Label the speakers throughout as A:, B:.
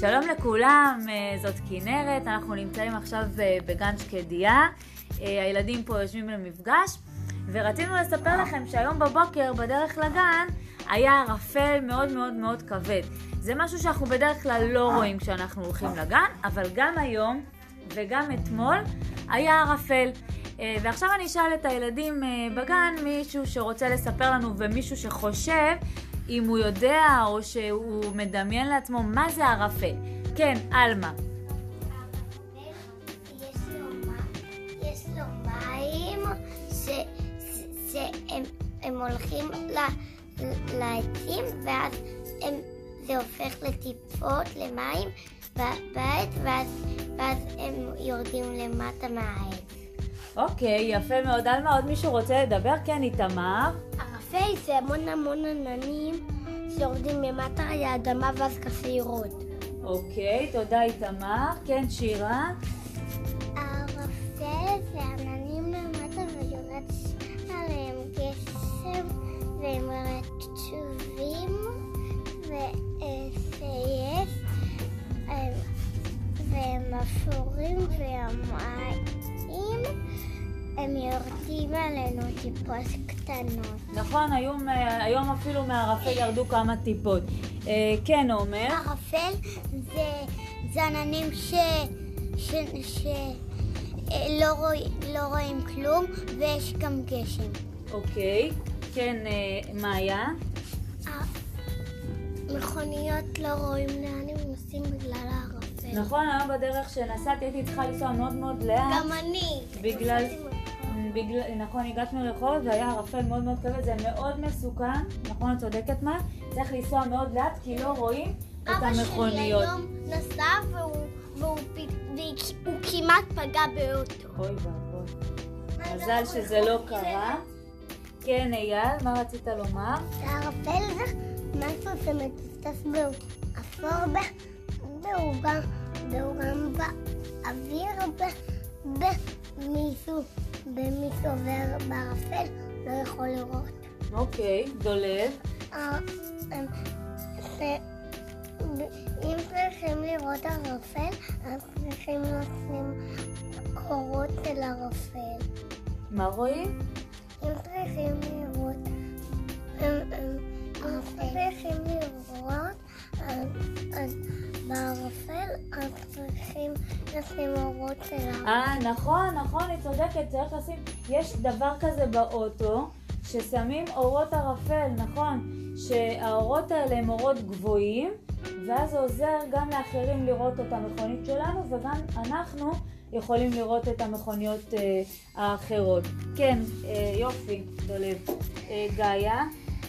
A: שלום לכולם, זאת כנרת, אנחנו נמצאים עכשיו בגן שקדיה. הילדים פה יושבים למפגש, ורצינו לספר לכם שהיום בבוקר בדרך לגן היה ערפל מאוד מאוד מאוד כבד. זה משהו שאנחנו בדרך כלל לא רואים כשאנחנו הולכים לגן, אבל גם היום וגם אתמול היה ערפל. ועכשיו אני אשאל את הילדים בגן, מישהו שרוצה לספר לנו ומישהו שחושב אם הוא יודע או שהוא מדמיין לעצמו מה זה ערפל. כן, אלמה.
B: יש לו מים שהם הולכים לעצים ואז זה הופך לטיפות למים בעץ ואז הם יורדים למטה מהעץ.
A: אוקיי, יפה מאוד. אלמה, עוד מישהו רוצה לדבר? כן, איתמר.
B: ערפל זה המון עננים שיורדים למטה לאדמה ואז ככה יורד.
A: אוקיי, תודה איתמר. כן, שירה.
B: ערפל זה עננים למטה ויורד עליהם גשם והם רטובים וסייף והם אפורים והמים הם יורדים עלינו טיפות קטנות.
A: נכון, היום אפילו מהערפל ירדו כמה טיפות. כן, עומר.
B: ערפל זה עננים לא רואים כלום ויש גם גשם.
A: אוקיי, כן, מאיה.
B: מכוניות לא רואים לאן הם נוסעים בגלל הערפל.
A: נכון, היום בדרך שנסעתי הייתי צריכה לנסוע מאוד מאוד לאט.
B: גם אני.
A: נכון, הגענו לרחוב והיה ערפל מאוד מאוד כבד, זה מאוד מסוכן. נכון, את צודקת מה? צריך לנסוע מאוד לאט כי לא רואים את המכוניות.
B: אבא שלי היום נסע והוא כמעט פגע באוטו.
A: אוי ואבוי. מזל שזה לא קרה. כן, אייל, מה רצית לומר?
B: הערפל זה משהו שמטוסטס באפור והוא גם באוויר ומישהו עובר בערפל לא יכול לראות.
A: אוקיי, דולב.
B: אם צריכים לראות ערפל, אז צריכים לשים אורות של ערפל.
A: מה רואים?
B: אם צריכים לראות אז בערפל אז צריכים לשים אורות של ערפל.
A: נכון, היא צודקת, צריך לשים, יש דבר כזה באוטו ששמים אורות ערפל, נכון, שהאורות האלה הם אורות גבוהים ואז זה עוזר גם לאחרים לראות את המכונית שלנו וגם אנחנו יכולים לראות את המכוניות האחרות. כן, יופי, דולב. גאיה?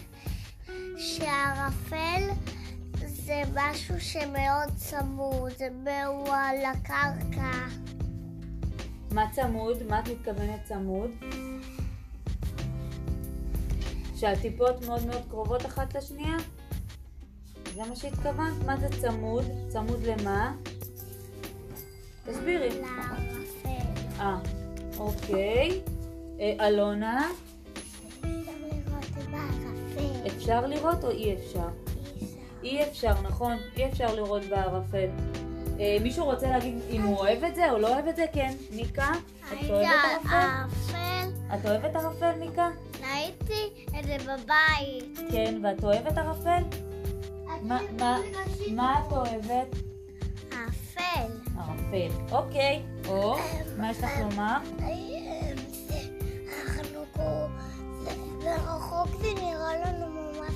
B: שהערפל זה משהו שמאוד צמוד, זה הוא על הקרקע.
A: מה צמוד? מה את מתכוונת צמוד? שהטיפות מאוד מאוד קרובות אחת לשנייה? זה מה שהתכוונת? מה זה צמוד? צמוד למה? תסבירי.
B: לערפל.
A: אוקיי. אלונה?
B: אפשר לראות בערפל.
A: אפשר לראות או אי אפשר? אי אפשר, נכון. אי אפשר לראות בערפל. מישהו רוצה להגיד אם הוא אוהב את זה או לא אוהב את זה? כן. מיקה? את אוהבת ערפל? את אוהבת ערפל, מיקה?
B: ראיתי את זה בבית.
A: כן, ואת אוהבת ערפל? מה את אוהבת?
B: ערפל.
A: ערפל. אוקיי. או, מה יש לך לומר?
B: זה רחוק, זה נראה לנו ממש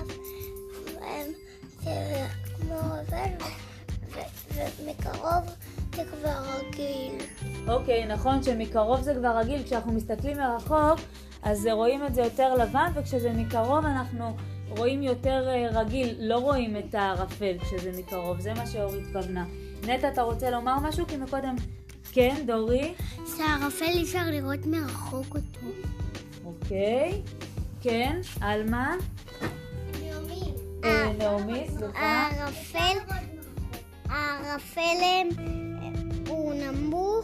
B: כמו ערפל, ומקרוב זה כבר רגיל.
A: אוקיי, נכון שמקרוב זה כבר רגיל, כשאנחנו מסתכלים מרחוק אז רואים את זה יותר לבן, וכשזה מקרוב אנחנו רואים יותר רגיל, לא רואים את הערפל כשזה מקרוב, זה מה שאור התכוונה. נטע, אתה רוצה לומר משהו? כי מקודם... כן, דורי?
B: שהערפל אי אפשר לראות מרחוק אותו.
A: אוקיי, כן, אלמה? נעמי, סליחה.
B: הערפל הוא נמוך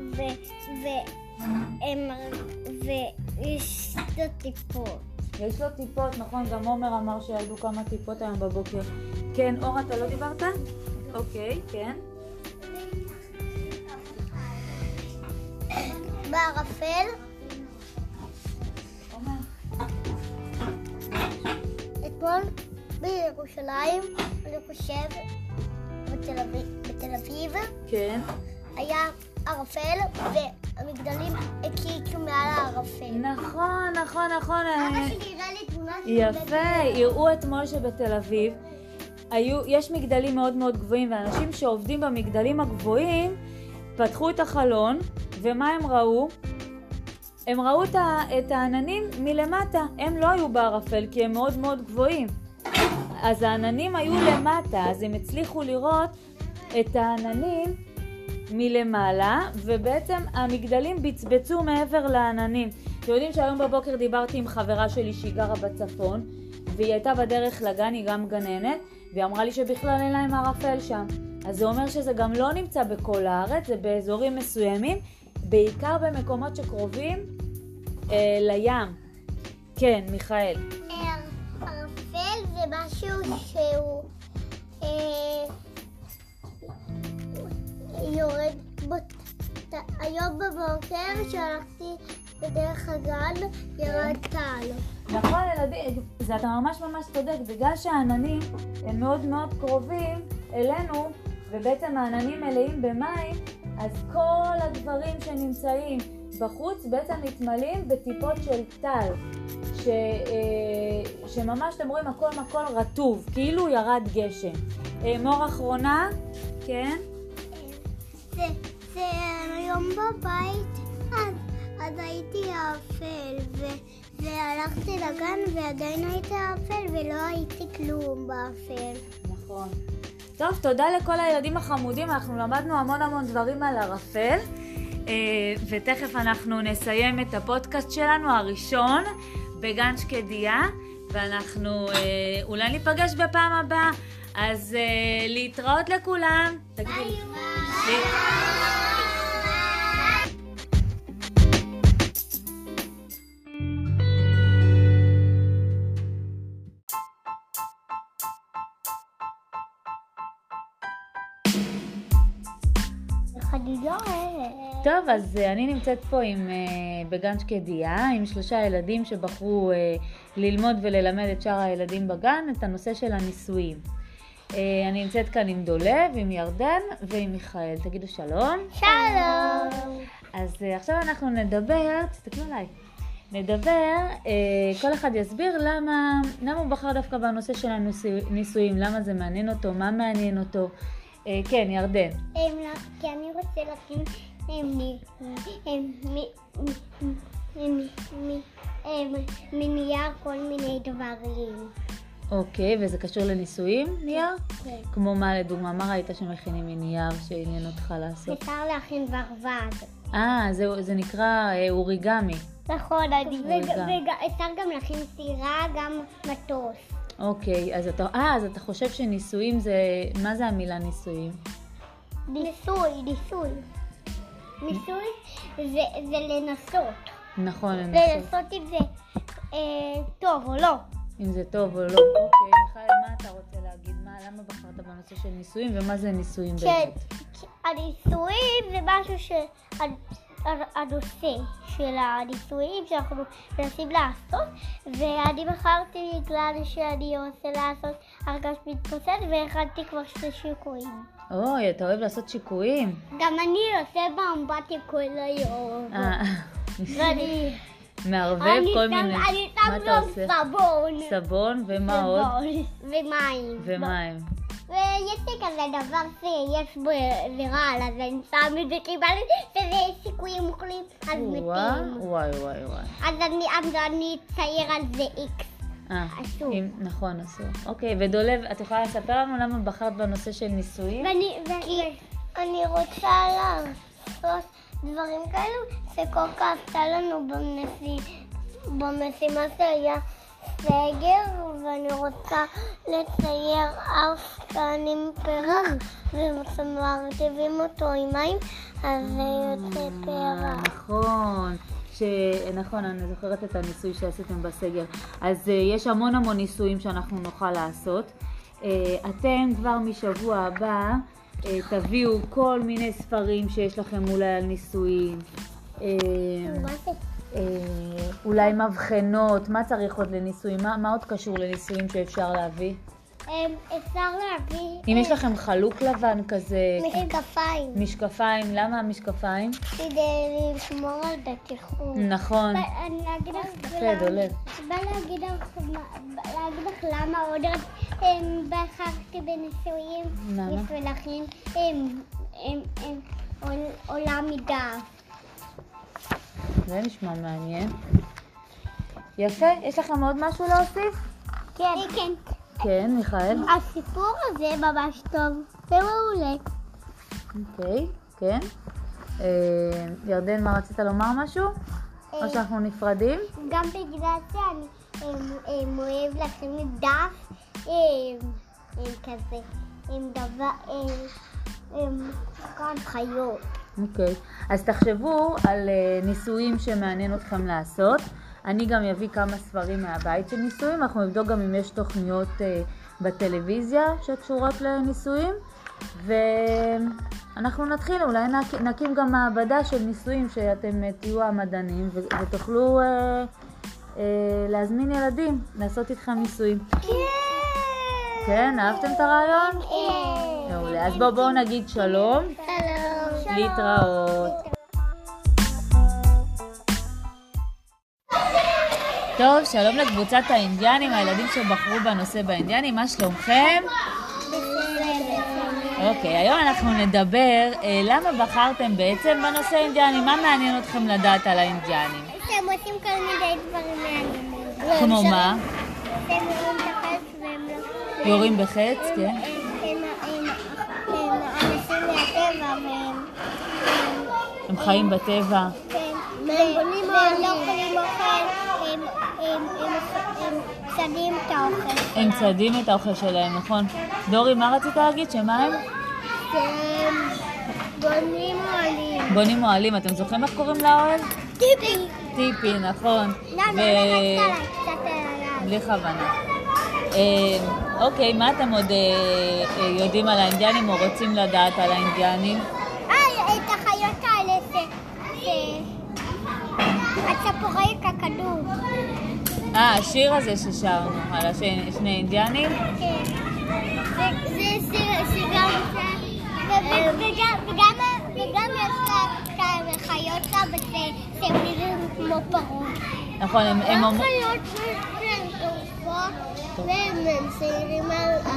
B: ויש לו טיפות.
A: יש לו טיפות, נכון, גם עומר אמר שילדו כמה טיפות היום בבוקר. כן, אור, אתה לא דיברת? אוקיי, כן.
B: בערפל. אתמול בירושלים, אני חושב, בתל אביב,
A: כן.
B: היה ערפל והמגדלים הקיצו מעל הערפל.
A: נכון, נכון, נכון.
B: אבא שלי הראה לי תמונה של
A: יפה, הראו אתמול שבתל אביב יש מגדלים מאוד מאוד גבוהים, ואנשים שעובדים במגדלים הגבוהים פתחו את החלון, ומה הם ראו? הם ראו את העננים מלמטה, הם לא היו בערפל כי הם מאוד מאוד גבוהים. אז העננים היו למטה, אז הם הצליחו לראות את העננים מלמעלה, ובעצם המגדלים בצבצו מעבר לעננים. אתם יודעים שהיום בבוקר דיברתי עם חברה שלי שהיא גרה בצפון, והיא הייתה בדרך לגן, היא גם גננת, והיא אמרה לי שבכלל אין להם ערפל שם. אז זה אומר שזה גם לא נמצא בכל הארץ, זה באזורים מסוימים, בעיקר במקומות שקרובים לים. כן, מיכאל.
B: ערפל זה משהו שהוא יורד היום בבוקר שהלכתי בדרך הגן ירד טל.
A: נכון ילדים, זה אתה ממש ממש צודק, בגלל שהעננים הם מאוד מאוד קרובים אלינו, ובעצם העננים מלאים במים, אז כל הדברים שנמצאים בחוץ בעצם מתמלאים בטיפות של טל, שממש אתם רואים הכל רטוב, כאילו ירד גשם. מור אחרונה, כן?
B: זה היום בבית, אז הייתי ערפל, והלכתי לגן ועדיין הייתי ערפל ולא הייתי כלום בערפל.
A: נכון. טוב, תודה לכל הילדים החמודים, אנחנו למדנו המון דברים על ערפל, ותכף אנחנו נסיים את הפודקאסט שלנו הראשון בגן שקדיה, ואנחנו אולי ניפגש בפעם הבאה, אז להתראות לכולם.
B: ביי
A: ביי. טוב, אז אני נמצאת פה בגן שקדיה עם 3 ילדים שבחרו ללמוד וללמד את שאר הילדים בגן את הנושא של הניסויים. אני נמצאת כאן עם דולב, עם ירדן ועם מיכאל. תגידו שלום.
B: שלום.
A: אז עכשיו אנחנו נדבר, תסתכלו עליי, כל אחד יסביר למה הוא בחר דווקא בנושא של הניסויים, למה זה מעניין אותו, מה מעניין אותו. כן, ירדן.
B: כי אני רוצה להקים מנייר כל מיני דברים.
A: אוקיי, וזה קשור לניסויים, נייר?
B: כן.
A: כמו מה לדוגמה, מה ראית שמכינים מנייר שעניין אותך לעשות?
B: אפשר להכין ברווז.
A: זה נקרא אוריגמי.
B: נכון, אפשר גם להכין סירה, גם מטוס.
A: אוקיי, אז אתה חושב שניסויים זה, מה זה המילה ניסויים?
B: ניסוי זה לנסות.
A: נכון, לנסות.
B: לנסות אם זה טוב או לא.
A: אם זה טוב או לא. אוקיי, מיכאל, מה אתה רוצה להגיד? למה בחרת בנושא של ניסויים ומה זה ניסויים באמת?
B: הניסויים זה משהו הנושא של הניסויים שאנחנו מנסים לעשות, ואני בחרתי בגלל שאני רוצה לעשות הרגש מתפוצץ, והכנתי כבר 2 שיקויים.
A: אוי, אתה אוהב לעשות שיקויים?
B: גם אני עושה באמבטיה כל היום. ואני
A: מערבב כל מיני.
B: אני שם לו סבון.
A: סבון ומה עוד?
B: ומים. ויש לי כזה דבר שיש בו רעל, אז אני שם את זה קיבלתי, שזה סיכויים אוכלים, אז מתים.
A: וואי.
B: אז אני אצייר על זה איקס. אסור.
A: נכון, אסור. אוקיי, ודולב, את יכולה לספר לנו למה בחרת בנושא של ניסויים?
B: כי אני רוצה לעשות דברים כאלו שכל כך עשתה לנו במשימה שהיה סגר, ואני רוצה לצייר אף כאן עם פרח, ומרטיבים אותו עם מים, אז זה יוצא פרח.
A: נכון, אני זוכרת את הניסוי שעשיתם בסגר. אז יש המון ניסויים שאנחנו נוכל לעשות. אתם כבר משבוע הבא תביאו כל מיני ספרים שיש לכם אולי על נישואים. אולי מבחנות, מה צריך עוד לנישואים? מה עוד קשור לנישואים שאפשר להביא?
B: אפשר להביא...
A: אם יש לכם חלוק לבן כזה...
B: משקפיים.
A: משקפיים, למה המשקפיים?
B: כדי לשמור על בטיחות.
A: נכון.
B: אני אגיד לך...
A: דולב.
B: בא להגיד לך למה עוד בחרתי בנישואים.
A: למה?
B: בשביל להכין עולם מדף.
A: זה נשמע מעניין. יפה, יש לכם עוד משהו להוסיף?
B: כן.
A: כן, מיכאל.
B: הסיפור הזה ממש טוב, זה מעולה.
A: אוקיי, כן. ירדן, מה רצית לומר משהו? או שאנחנו נפרדים?
B: גם בגלל שאני אוהב לכם דף כזה, עם דבר, כאן חיות.
A: אוקיי, אז תחשבו על ניסויים שמעניין אתכם לעשות. אני גם אביא כמה ספרים מהבית של ניסויים, אנחנו נבדוק גם אם יש תוכניות בטלוויזיה שקשורות לניסויים, ואנחנו נתחיל, אולי נקים גם מעבדה של ניסויים שאתם תהיו המדענים ותוכלו להזמין ילדים לעשות איתכם ניסויים. כן, אהבתם את הרעיון?
B: כן.
A: מעולה, אז בואו נגיד שלום.
B: שלום.
A: להתראות. טוב, שלום לקבוצת האינדיאנים, הילדים שבחרו בנושא באינדיאנים, מה שלומכם? אוקיי, היום אנחנו נדבר למה בחרתם בעצם בנושא האינדיאנים, מה מעניין אתכם לדעת על האינדיאנים?
B: הם עושים כל מיני דברים מעניינים.
A: כמו מה?
B: הם יורים בחץ והם לא...
A: יורים בחץ, כן.
B: הם אנשים מהטבע והם...
A: הם חיים בטבע.
B: כן. והם לא יכולים אוכל, הם צדים את האוכל שלהם.
A: הם צדים את האוכל שלהם, נכון. דורי, מה רצית להגיד? שמה הם?
B: הם בונים אוהלים.
A: בונים אוהלים, אתם זוכרים איך קוראים לאוהל?
B: טיפי.
A: טיפי, נכון.
B: לא, קצת עליו.
A: בלי כוונה. אוקיי, מה אתם עוד יודעים על האינדיאנים או רוצים לדעת על האינדיאנים?
B: את החיות האלה הצפורי ככדור.
A: השיר הזה ששרנו על שני אינדיאנים?
B: כן. זה גם וגם יש לה חיות כאלה שהם נראים כמו פרות.
A: נכון, הם
B: גם חיות שהן טורפות והם צעירים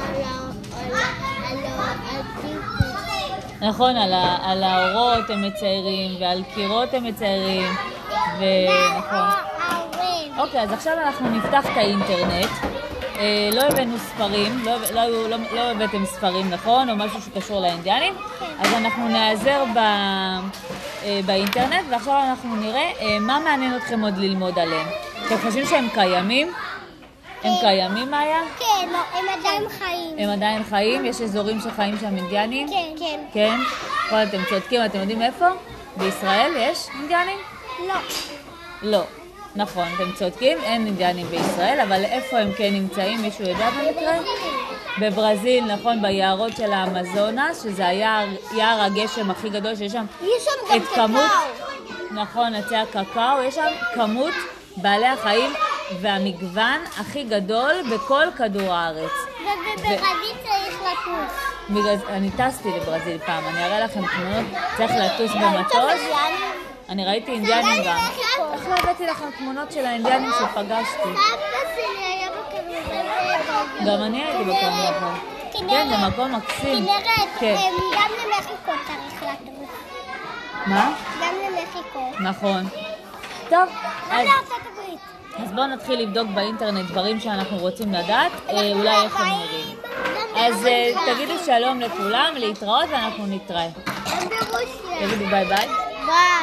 B: על טיפוס.
A: נכון, על האורות הם מציירים ועל קירות הם מציירים ונכון. אוקיי, אז עכשיו אנחנו נפתח את האינטרנט. לא הבאנו ספרים, לא הבאתם ספרים, נכון? או משהו שקשור לאינדיאנים. אז אנחנו נעזר באינטרנט, ועכשיו אנחנו נראה מה מעניין אתכם עוד ללמוד עליהם. אתם חושבים שהם קיימים? הם קיימים, מאיה?
B: כן, הם עדיין חיים.
A: הם עדיין חיים? יש אזורים שחיים שם אינדיאנים?
B: כן.
A: כן? נכון, אתם צודקים, אתם יודעים איפה? בישראל יש אינדיאנים?
B: לא.
A: לא. נכון, אתם צודקים, אין אינדיאנים בישראל, אבל איפה הם כן נמצאים? מישהו יודע במקרה? בברזיל, נכון, ביערות של האמזונס, שזה יער הגשם הכי גדול שיש שם.
B: יש שם גם קקאו.
A: נכון, עצי הקקאו, יש שם כמות בעלי החיים והמגוון הכי גדול בכל כדור הארץ.
B: ובברזיל צריך לטוס.
A: אני טסתי לברזיל פעם, אני אראה לכם תמונות, צריך לטוס במטוס. אני ראיתי אינדיאנים גם. איך לא הבאתי לכם תמונות של האינדיאנים שפגשתי?
B: סבתא שלי היה בקרנבל.
A: גם אני הייתי בקרנבל. כן, זה מקום מקסים.
B: כנראה, גם למחיקו צריך לטוס.
A: מה?
B: גם למחיקו.
A: נכון. טוב,
B: גם לארצות הברית.
A: אז בואו נתחיל לבדוק באינטרנט דברים שאנחנו רוצים לדעת, אולי איך הם נראים. אז תגידו שלום לכולם, להתראות ואנחנו נתראה.
B: גם ברוסיה.
A: תגידו ביי ביי.
B: ביי.